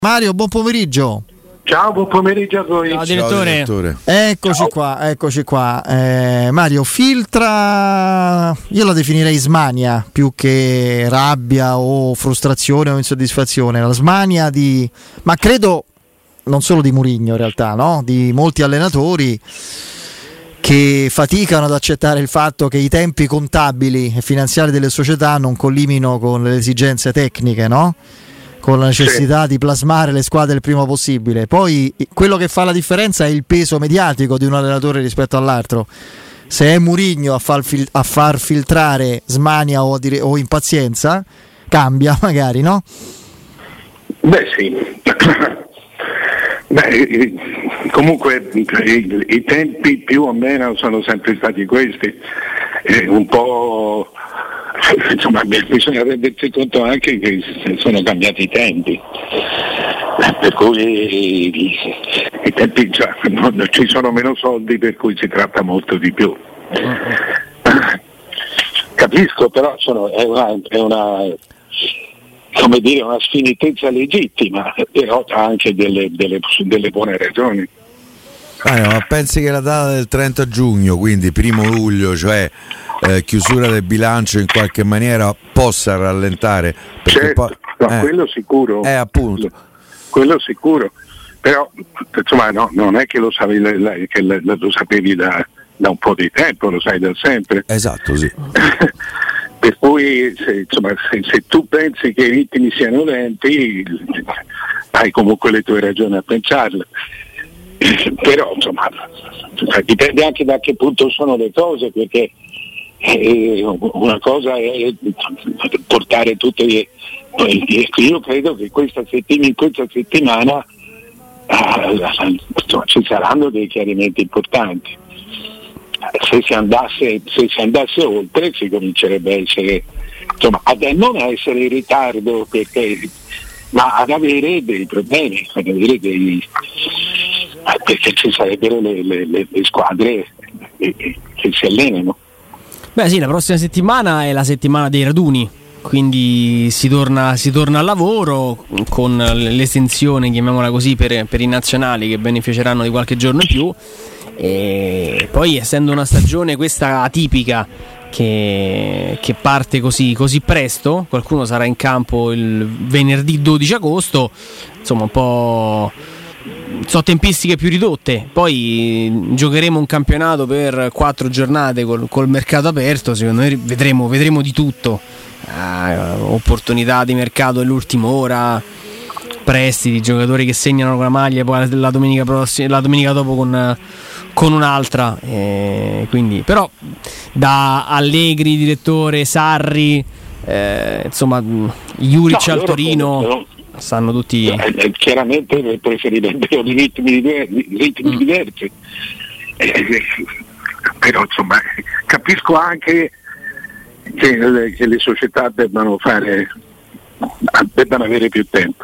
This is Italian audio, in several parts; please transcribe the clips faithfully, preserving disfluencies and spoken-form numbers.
Mario, buon pomeriggio. Ciao, buon pomeriggio a voi. Ciao direttore. Ciao, direttore. Eccoci Ciao. qua, eccoci qua. Eh, Mario, filtra, io la definirei smania più che rabbia o frustrazione o insoddisfazione. La smania di, ma credo non solo di Mourinho in realtà, no? Di molti allenatori che faticano ad accettare il fatto che i tempi contabili e finanziari delle società non collimino con le esigenze tecniche, no? Con la necessità sì. di plasmare le squadre il prima possibile. Poi quello che fa la differenza è il peso mediatico di un allenatore rispetto all'altro. Se è Mourinho a far, fil- a far filtrare smania o, dire- o impazienza, cambia magari, no? Beh sì. Beh, comunque i, i tempi più o meno sono sempre stati questi. Eh, un po'... Insomma, bisogna rendersi conto anche che sono cambiati i tempi, per cui i, i tempi già, non, ci sono meno soldi, per cui si tratta molto di più. Capisco, però sono, è una, è una come dire, una sfinitezza legittima, però ha anche delle, delle, delle buone ragioni. Ah, ma pensi che la data del trenta giugno, quindi primo luglio, cioè eh, chiusura del bilancio, in qualche maniera possa rallentare? Perché certo, poi, no, eh, quello sicuro. Eh, appunto. Quello sicuro. Però insomma no, non è che lo sapevi, che lo sapevi da, da un po' di tempo, lo sai da sempre. Esatto, sì. Per cui se, insomma, se, se tu pensi che i ritmi siano lenti, hai comunque le tue ragioni a pensarle. Però insomma dipende anche da che punto sono le cose, perché eh, una cosa è portare tutte le, io credo che questa settimana, in questa settimana eh, insomma, ci saranno dei chiarimenti importanti. Se si andasse, se si andasse oltre si comincerebbe a essere, insomma, a non a essere in ritardo, perché, ma ad avere dei problemi, ad avere dei perché ci sarebbero le, le, le, le squadre che si allenano. Beh sì, la prossima settimana è la settimana dei raduni, quindi si torna, si torna al lavoro con l'estensione, chiamiamola così, per, per i nazionali che beneficeranno di qualche giorno in più, e poi essendo una stagione questa atipica che, che parte così, così presto, qualcuno sarà in campo il venerdì dodici agosto, insomma un po'... sono tempistiche più ridotte, poi giocheremo un campionato per quattro giornate col, col mercato aperto, secondo me vedremo, vedremo di tutto, ah, opportunità di mercato dell'ultima ora, prestiti, giocatori che segnano con la maglia poi la domenica, prossima, la domenica dopo con, con un'altra, eh, quindi però da Allegri, direttore, Sarri, eh, insomma Juric no, al Torino no. Sanno tutti eh, chiaramente preferirebbero ritmi diversi, ritmi mm. diversi. Eh, però insomma capisco anche che le, che le società debbano fare debbano avere più tempo.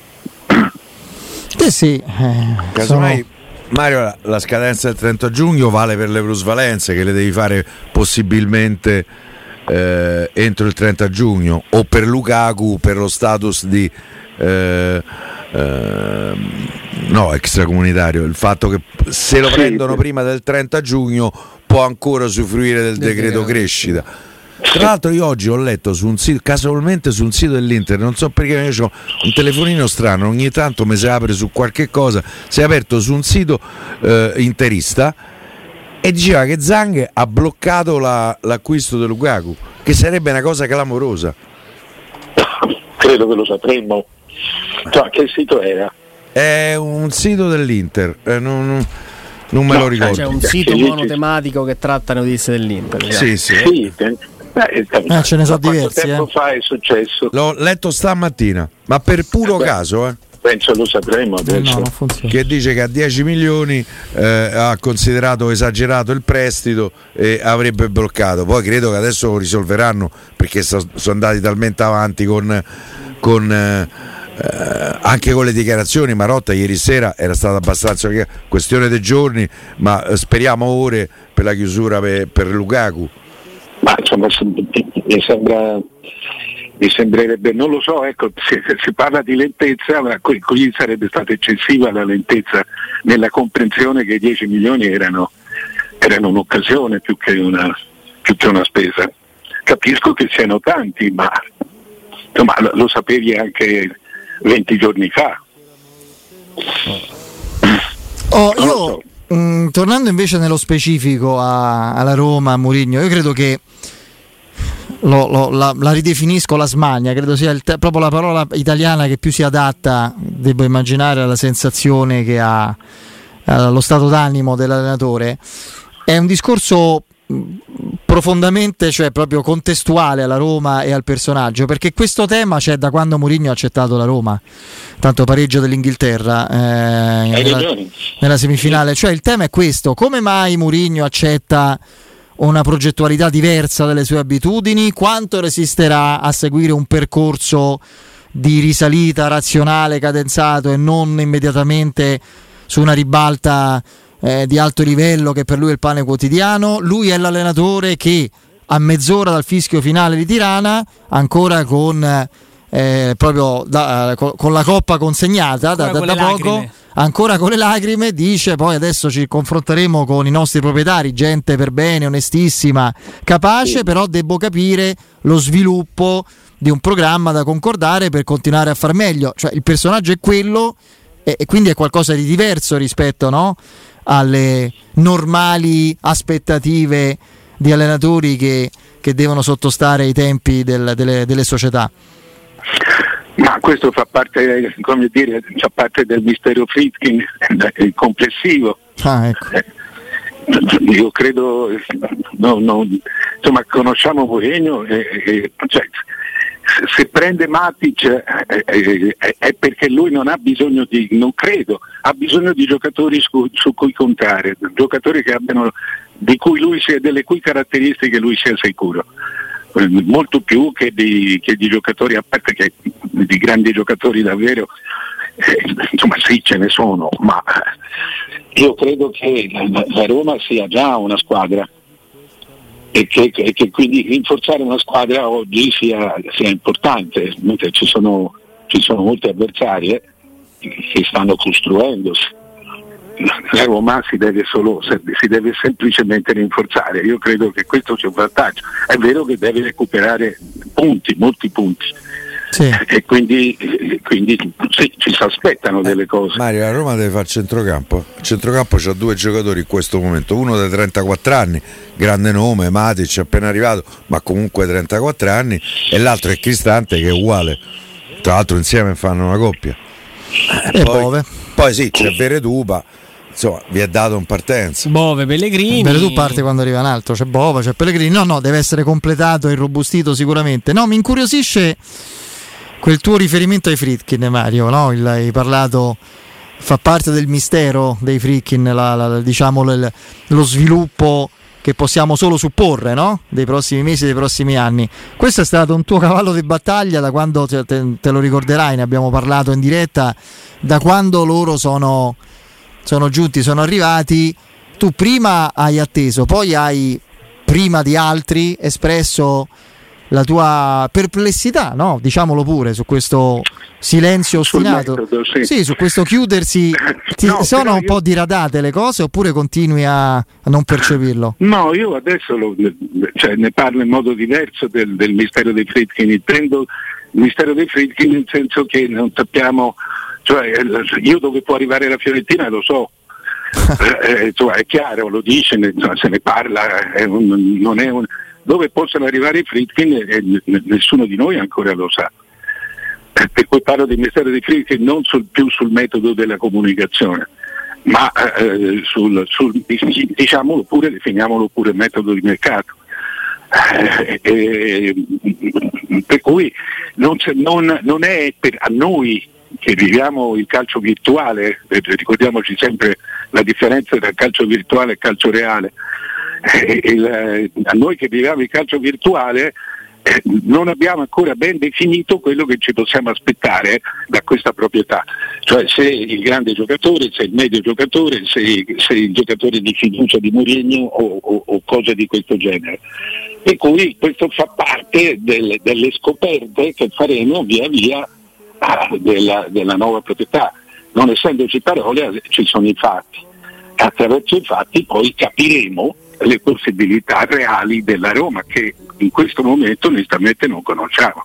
Eh sì, eh, casomai sono... Mario, la, la scadenza del trenta giugno vale per le plusvalenze, che le devi fare possibilmente eh, entro il trenta giugno, o per Lukaku per lo status di Eh, eh, no, extracomunitario, il fatto che se lo prendono prima del trenta giugno può ancora usufruire del decreto crescita. Tra l'altro io oggi ho letto su un sito, casualmente su un sito dell'Inter, non so perché io ho un telefonino strano, ogni tanto mi si apre su qualche cosa, si è aperto su un sito eh, interista e diceva che Zhang ha bloccato la, l'acquisto di Lukaku, che sarebbe una cosa clamorosa. Credo che lo sapremmo. Cioè, che sito era? È un sito dell'Inter, eh, non, non, non me no, lo ricordo. C'è un sito monotematico che tratta notizie dell'Inter. Sì, sì. sì. Beh, ah, ce ne so diversi. Quanto tempo eh. fa è successo? L'ho letto stamattina, ma per puro Beh, caso, eh. Penso lo sapremo adesso. Eh no, che dice che a dieci milioni eh, ha considerato esagerato il prestito e avrebbe bloccato. Poi credo che adesso lo risolveranno, perché so, sono andati talmente avanti con, con eh, anche con le dichiarazioni. Marotta ieri sera era stata abbastanza questione dei giorni, ma eh, speriamo ore per la chiusura per, per Lukaku. Ma insomma mi sembra mi sembrerebbe, non lo so, ecco, si, si parla di lentezza, ma qui, qui sarebbe stata eccessiva la lentezza nella comprensione che i dieci milioni erano, erano un'occasione più che una, più che una spesa. Capisco che siano tanti, ma insomma, lo, lo sapevi anche venti giorni fa. Oh, io, so. mh, tornando invece nello specifico a, alla Roma, a Mourinho, io credo che lo, lo, la, la ridefinisco la smania, credo sia il te- proprio la parola italiana che più si adatta, devo immaginare, alla sensazione che ha, allo stato d'animo dell'allenatore. È un discorso profondamente, cioè proprio contestuale alla Roma e al personaggio, perché questo tema c'è da quando Mourinho ha accettato la Roma, tanto pareggio dell'Inghilterra eh, nella, nella semifinale, cioè il tema è questo: come mai Mourinho accetta una progettualità diversa dalle sue abitudini, quanto resisterà a seguire un percorso di risalita razionale, cadenzato e non immediatamente su una ribalta Eh, di alto livello che per lui è il pane quotidiano. Lui è l'allenatore che a mezz'ora dal fischio finale di Tirana, ancora con eh, proprio da, con, con la coppa consegnata da, da, da poco, ancora con le lacrime, dice: poi adesso ci confronteremo con i nostri proprietari, gente per bene, onestissima, capace, però devo capire lo sviluppo di un programma da concordare per continuare a far meglio. Cioè il personaggio è quello, e, e quindi è qualcosa di diverso rispetto, no, alle normali aspettative di allenatori che, che devono sottostare ai tempi del, delle, delle società. Ma questo fa parte, come dire, fa parte del mistero Friedkin, il complessivo. Ah, ecco. Io credo, no, no, insomma, conosciamo Mourinho e, e cioè, se prende Matic eh, eh, è perché lui non ha bisogno di, non credo, ha bisogno di giocatori su, su cui contare, giocatori che abbiano, di cui lui sia, delle cui caratteristiche lui sia sicuro, molto più che di, che di giocatori, a parte che di grandi giocatori davvero, eh, insomma sì, ce ne sono, ma io credo che la Roma sia già una squadra. E che, che, che quindi rinforzare una squadra oggi sia, sia importante, mentre ci sono, ci sono molte avversarie che stanno costruendosi. La Roma si deve solo si deve semplicemente rinforzare. Io credo che questo sia un vantaggio. È vero che deve recuperare punti, molti punti. Sì. E quindi, quindi sì, ci si aspettano delle cose. Mario, la Roma deve fare centrocampo. Il centrocampo c'ha due giocatori in questo momento, uno dai trentaquattro anni, grande nome, Matic appena arrivato, ma comunque trentaquattro anni, e l'altro è Cristante, che è uguale, tra l'altro insieme fanno una coppia. E poi, Bove. Poi sì, c'è Veretupa, insomma vi è dato in partenza. Bove, Pellegrini. Veretupa parte quando arriva un altro, c'è Bove, c'è Pellegrini. No, no, deve essere completato e irrobustito sicuramente. No, mi incuriosisce quel tuo riferimento ai Friedkin, Mario, no? Il, hai parlato, fa parte del mistero dei Friedkin, la, la, diciamo l, lo sviluppo che possiamo solo supporre, no? Dei prossimi mesi, dei prossimi anni. Questo è stato un tuo cavallo di battaglia da quando, te, te, te lo ricorderai, ne abbiamo parlato in diretta, da quando loro sono, sono giunti, sono arrivati. Tu prima hai atteso, poi hai, prima di altri, espresso la tua perplessità, no? Diciamolo pure, su questo silenzio ostinato, metodo, sì. Sì, su questo chiudersi. Ti no, sono un io... po' diradate le cose, oppure continui a, a non percepirlo? No, io adesso lo, cioè, ne parlo in modo diverso del, del mistero dei Friedkin. Intendo il mistero dei Friedkin nel senso che non sappiamo, cioè io dove può arrivare la Fiorentina lo so. eh, cioè, è chiaro, lo dice, ne, se ne parla, è un, non è un dove possono arrivare i Friedkin, eh, nessuno di noi ancora lo sa. Per cui parlo del mistero dei Friedkin non sul, più sul metodo della comunicazione, ma eh, sul, sul, diciamolo pure, definiamolo pure metodo di mercato. Eh, eh, per cui non, non, non è per a noi che viviamo il calcio virtuale, eh, ricordiamoci sempre la differenza tra calcio virtuale e calcio reale. Eh, il, a noi che viviamo il calcio virtuale eh, non abbiamo ancora ben definito quello che ci possiamo aspettare da questa proprietà, cioè se il grande giocatore, se il medio giocatore, se, se il giocatore di fiducia di Mourinho o, o, o cose di questo genere. Per cui questo fa parte del, delle scoperte che faremo via via uh, della, della nuova proprietà. Non essendoci parole, ci sono i fatti. Attraverso i fatti poi capiremo le possibilità reali della Roma, che in questo momento onestamente non conosciamo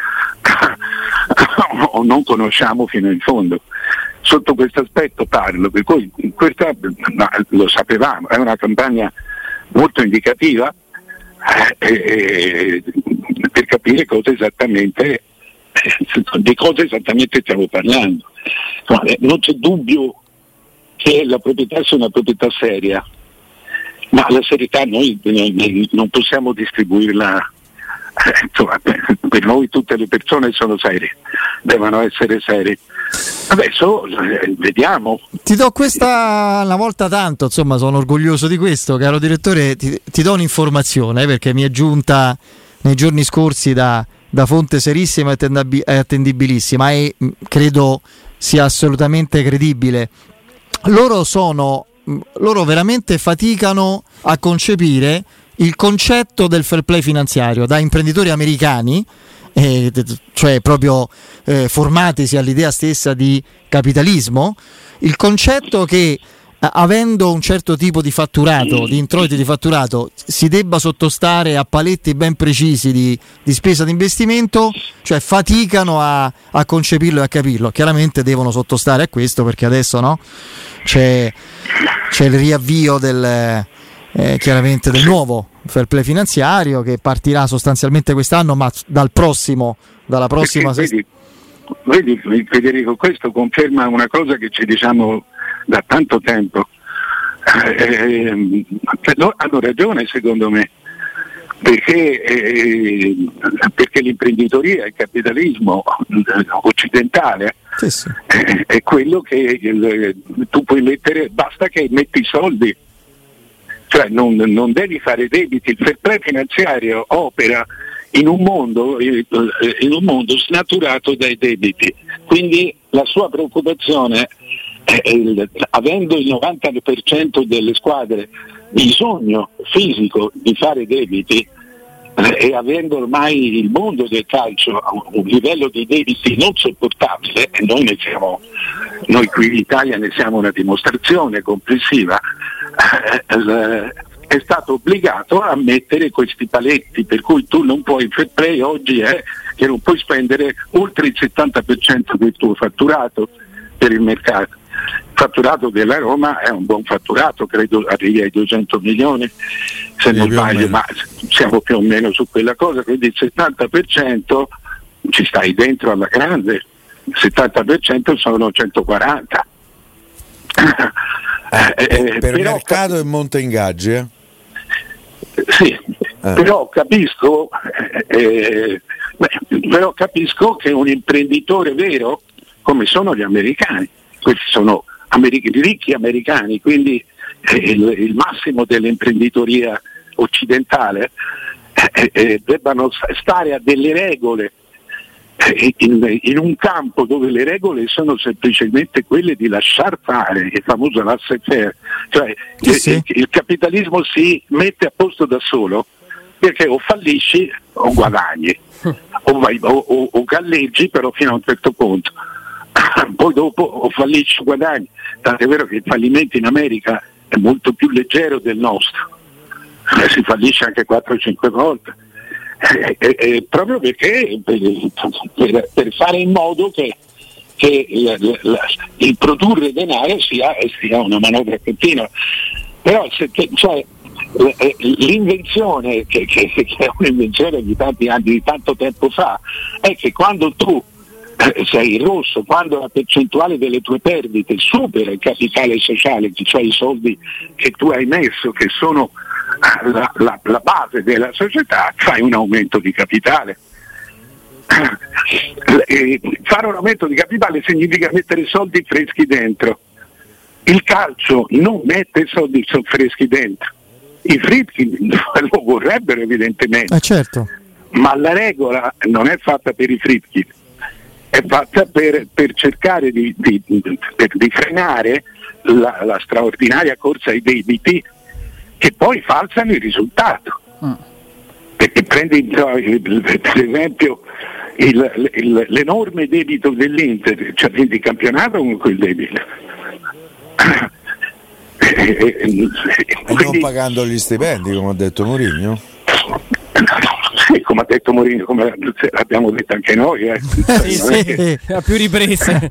o non conosciamo fino in fondo. Sotto questo aspetto parlo, per cui questa, no, lo sapevamo, è una campagna molto indicativa eh, eh, per capire cosa esattamente di cosa esattamente stiamo parlando. Non c'è dubbio che la proprietà sia una proprietà seria, ma la serietà noi, noi non possiamo distribuirla, eh, insomma, per noi tutte le persone sono serie, devono essere serie. Adesso eh, vediamo. Ti do questa una volta tanto, insomma sono orgoglioso di questo, caro direttore, ti, ti do un'informazione eh, perché mi è giunta nei giorni scorsi da, da fonte serissima e attendibilissima e mh, credo sia assolutamente credibile. Loro sono loro veramente faticano a concepire il concetto del fair play finanziario da imprenditori americani, eh, cioè proprio eh, formatisi all'idea stessa di capitalismo, il concetto che avendo un certo tipo di fatturato, di introiti di fatturato, si debba sottostare a paletti ben precisi di, di spesa di investimento, cioè faticano a, a concepirlo e a capirlo. Chiaramente devono sottostare a questo perché adesso no c'è, c'è il riavvio del, eh, chiaramente del nuovo fair play finanziario che partirà sostanzialmente quest'anno, ma dal prossimo dalla prossima perché, vedi, vedi Federico, questo conferma una cosa che ci diciamo da tanto tempo, eh, eh, hanno ragione secondo me, perché, eh, perché l'imprenditoria, il capitalismo occidentale sì, sì. È, è quello che il, tu puoi mettere, basta che metti i soldi, cioè non, non devi fare debiti. Il fair play finanziario opera in un mondo, in un mondo snaturato dai debiti, quindi la sua preoccupazione Il, avendo il novanta per cento delle squadre bisogno fisico di fare debiti eh, e avendo ormai il mondo del calcio a un livello di debiti non sopportabile, e noi ne siamo, noi qui in Italia ne siamo una dimostrazione complessiva, eh, eh, è stato obbligato a mettere questi paletti, per cui tu non puoi, il fair play oggi è che non puoi spendere oltre il settanta per cento del tuo fatturato per il mercato. Il fatturato della Roma è un buon fatturato, credo arrivi ai duecento milioni se non sbaglio, ma siamo più o meno su quella cosa, quindi il settanta per cento ci stai dentro alla grande, il settanta per cento sono centoquaranta. Eh, eh, per però, mercato e monta ingaggi eh? Sì, eh. però capisco eh, beh, però capisco che un imprenditore vero, come sono gli americani, questi sono americ- ricchi americani, quindi eh, il, il massimo dell'imprenditoria occidentale, eh, eh, debbano stare a delle regole eh, in, in un campo dove le regole sono semplicemente quelle di lasciar fare, il famoso laissez-faire, cioè sì, sì. Il, il capitalismo si mette a posto da solo perché o fallisci o guadagni o, vai, o, o, o galleggi, però fino a un certo punto. Poi dopo o fallisci o guadagni, tant'è vero che il fallimento in America è molto più leggero del nostro, eh, si fallisce anche quattro o cinque volte, eh, eh, eh, proprio perché per, per, per fare in modo che, che la, la, il produrre denaro sia, sia una manovra continua. Però se, che, cioè, l'invenzione che, che, che è un'invenzione di tanti anni, di tanto tempo fa, è che quando tu sei in rosso, quando la percentuale delle tue perdite supera il capitale sociale, cioè i soldi che tu hai messo, che sono la, la, la base della società, fai un aumento di capitale. E fare un aumento di capitale significa mettere soldi freschi dentro. Il calcio non mette soldi freschi dentro. I Friedkin lo vorrebbero evidentemente, eh certo. Ma la regola non è fatta per i Friedkin, è fatta per, per cercare di, di, per, di frenare la, la straordinaria corsa ai debiti che poi falsano il risultato. Mm. Perché prendi per esempio il, il, l'enorme debito dell'Inter, cioè prendi il campionato con quel debito. E, e, e non pagando gli stipendi, come ha detto Mourinho? Sì, come ha detto Mourinho, come abbiamo detto anche noi. Eh. sì, sì, che... a più riprese.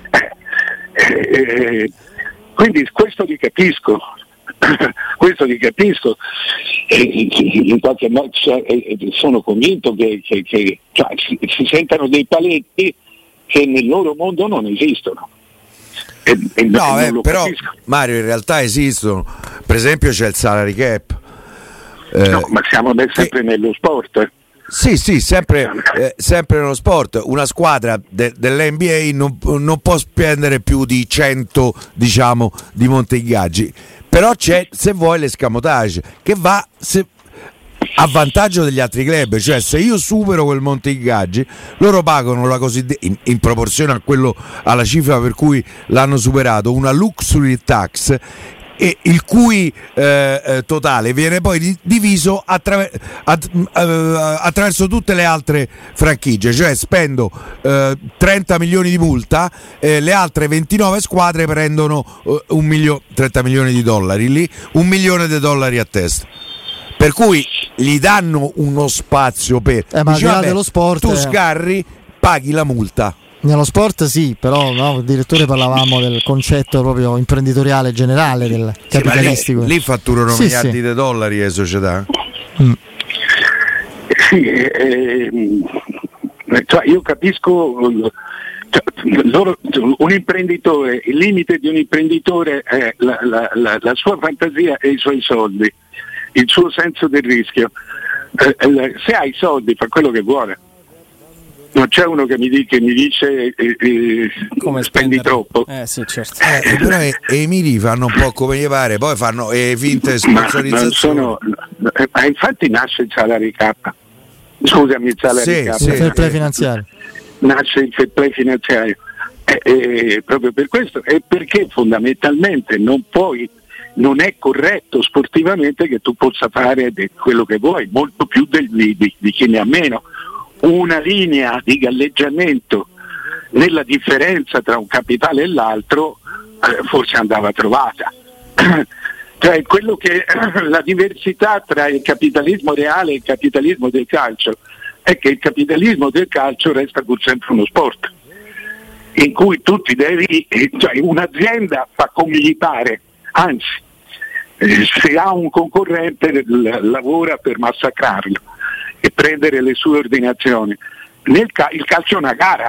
Eh, eh, quindi questo li capisco, questo li capisco. Eh, in qualche modo eh, sono convinto che, che, che cioè, si, si sentano dei paletti che nel loro mondo non esistono. E, e no, eh, però capisco. Mario, in realtà esistono. Per esempio c'è il salary cap. Eh, no, ma siamo sempre che... nello sport. Eh. Sì, sì, sempre, eh, sempre nello sport. Una squadra de- dell'N B A non, non può spendere più di cento, diciamo, di monte ingaggi. Però c'è, se vuoi, l'escamotage che va se, a vantaggio degli altri club. Cioè, se io supero quel monte ingaggi, loro pagano la cosiddetta, in, in proporzione a quello, alla cifra per cui l'hanno superato, una luxury tax, e il cui eh, eh, totale viene poi di, diviso attraver- att- eh, attraverso tutte le altre franchigie. Cioè spendo eh, trenta milioni di multa, eh, le altre ventinove squadre prendono eh, un milio- trenta milioni di dollari lì, un milione di dollari a testa, per cui gli danno uno spazio per eh, ma dice, al di là vabbè, dello sport, tu eh... scarri, paghi la multa. Nello sport sì, però no, direttore, parlavamo del concetto proprio imprenditoriale generale, del capitalistico. Sì, lì, lì fatturano sì, miliardi sì. di dollari le società. Mm. Sì, eh, cioè io capisco, cioè, loro, un imprenditore, il limite di un imprenditore è la, la, la, la sua fantasia e i suoi soldi, il suo senso del rischio. Eh, se hai soldi fa quello che vuole. Non c'è uno che mi, di, che mi dice eh, eh, come spendi troppo. Eh sì, certo. Eh, però e, e i miri fanno un po' come gli pare, poi fanno e finte sponsorizzazioni. Ma, sono, eh, infatti nasce il salary cap. Scusami, il salary sì, cap. Sì, il fair play finanziario. Nasce il fair play finanziario. Eh, eh, proprio per questo, e perché fondamentalmente non puoi, non è corretto sportivamente che tu possa fare de- quello che vuoi, molto più del, di, di, di chi ne ha meno. Una linea di galleggiamento nella differenza tra un capitale e l'altro eh, forse andava trovata. Cioè quello che la diversità tra il capitalismo reale e il capitalismo del calcio è che il capitalismo del calcio resta pur sempre uno sport in cui tu ti devi, cioè un'azienda fa come gli pare, anzi se ha un concorrente l- lavora per massacrarlo e prendere le sue ordinazioni. Nel ca- il calcio è una gara,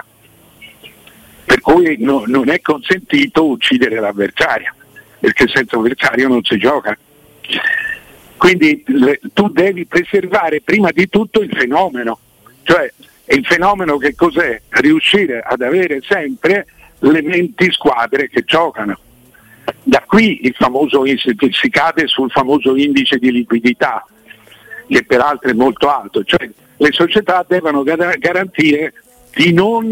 per cui no, non è consentito uccidere l'avversario, perché senza avversario non si gioca. Quindi le, tu devi preservare prima di tutto il fenomeno, cioè il fenomeno che cos'è? Riuscire ad avere sempre le venti squadre che giocano. Da qui il famoso, si cade sul famoso indice di liquidità, che peraltro è molto alto, cioè le società devono gar- garantire di non,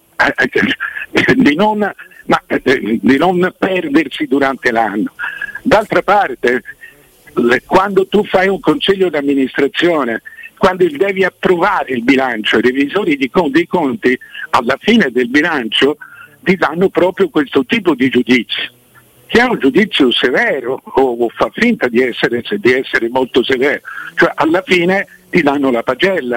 eh, di, non, ma, eh, di non perdersi durante l'anno. D'altra parte, le, quando tu fai un consiglio d'amministrazione, quando devi approvare il bilancio, i revisori di conti, dei conti alla fine del bilancio ti danno proprio questo tipo di giudizio, che è un giudizio severo o, o fa finta di essere, di essere molto severo, cioè alla fine ti danno la pagella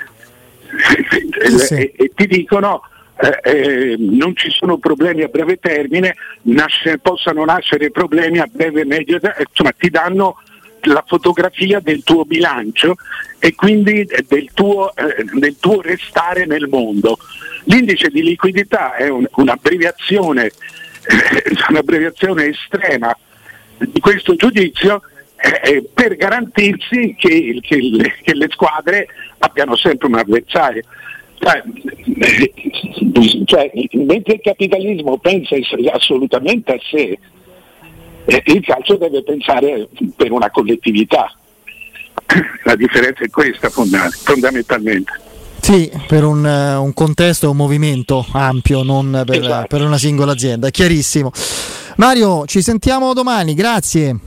sì. e, e ti dicono eh, eh, non ci sono problemi a breve termine, nasce, possano nascere problemi a breve medio, insomma ti danno la fotografia del tuo bilancio e quindi del tuo, eh, del tuo restare nel mondo. L'indice di liquidità è un, un'abbreviazione un'abbreviazione estrema di questo giudizio eh, per garantirsi che, che, le, che le squadre abbiano sempre un avversario. Cioè, cioè, mentre il capitalismo pensa assolutamente a sé, eh, il calcio deve pensare per una collettività. La differenza è questa fondamentalmente. Sì, per un, uh, un contesto e un movimento ampio, non per, esatto. per una singola azienda, chiarissimo. Mario, ci sentiamo domani, grazie.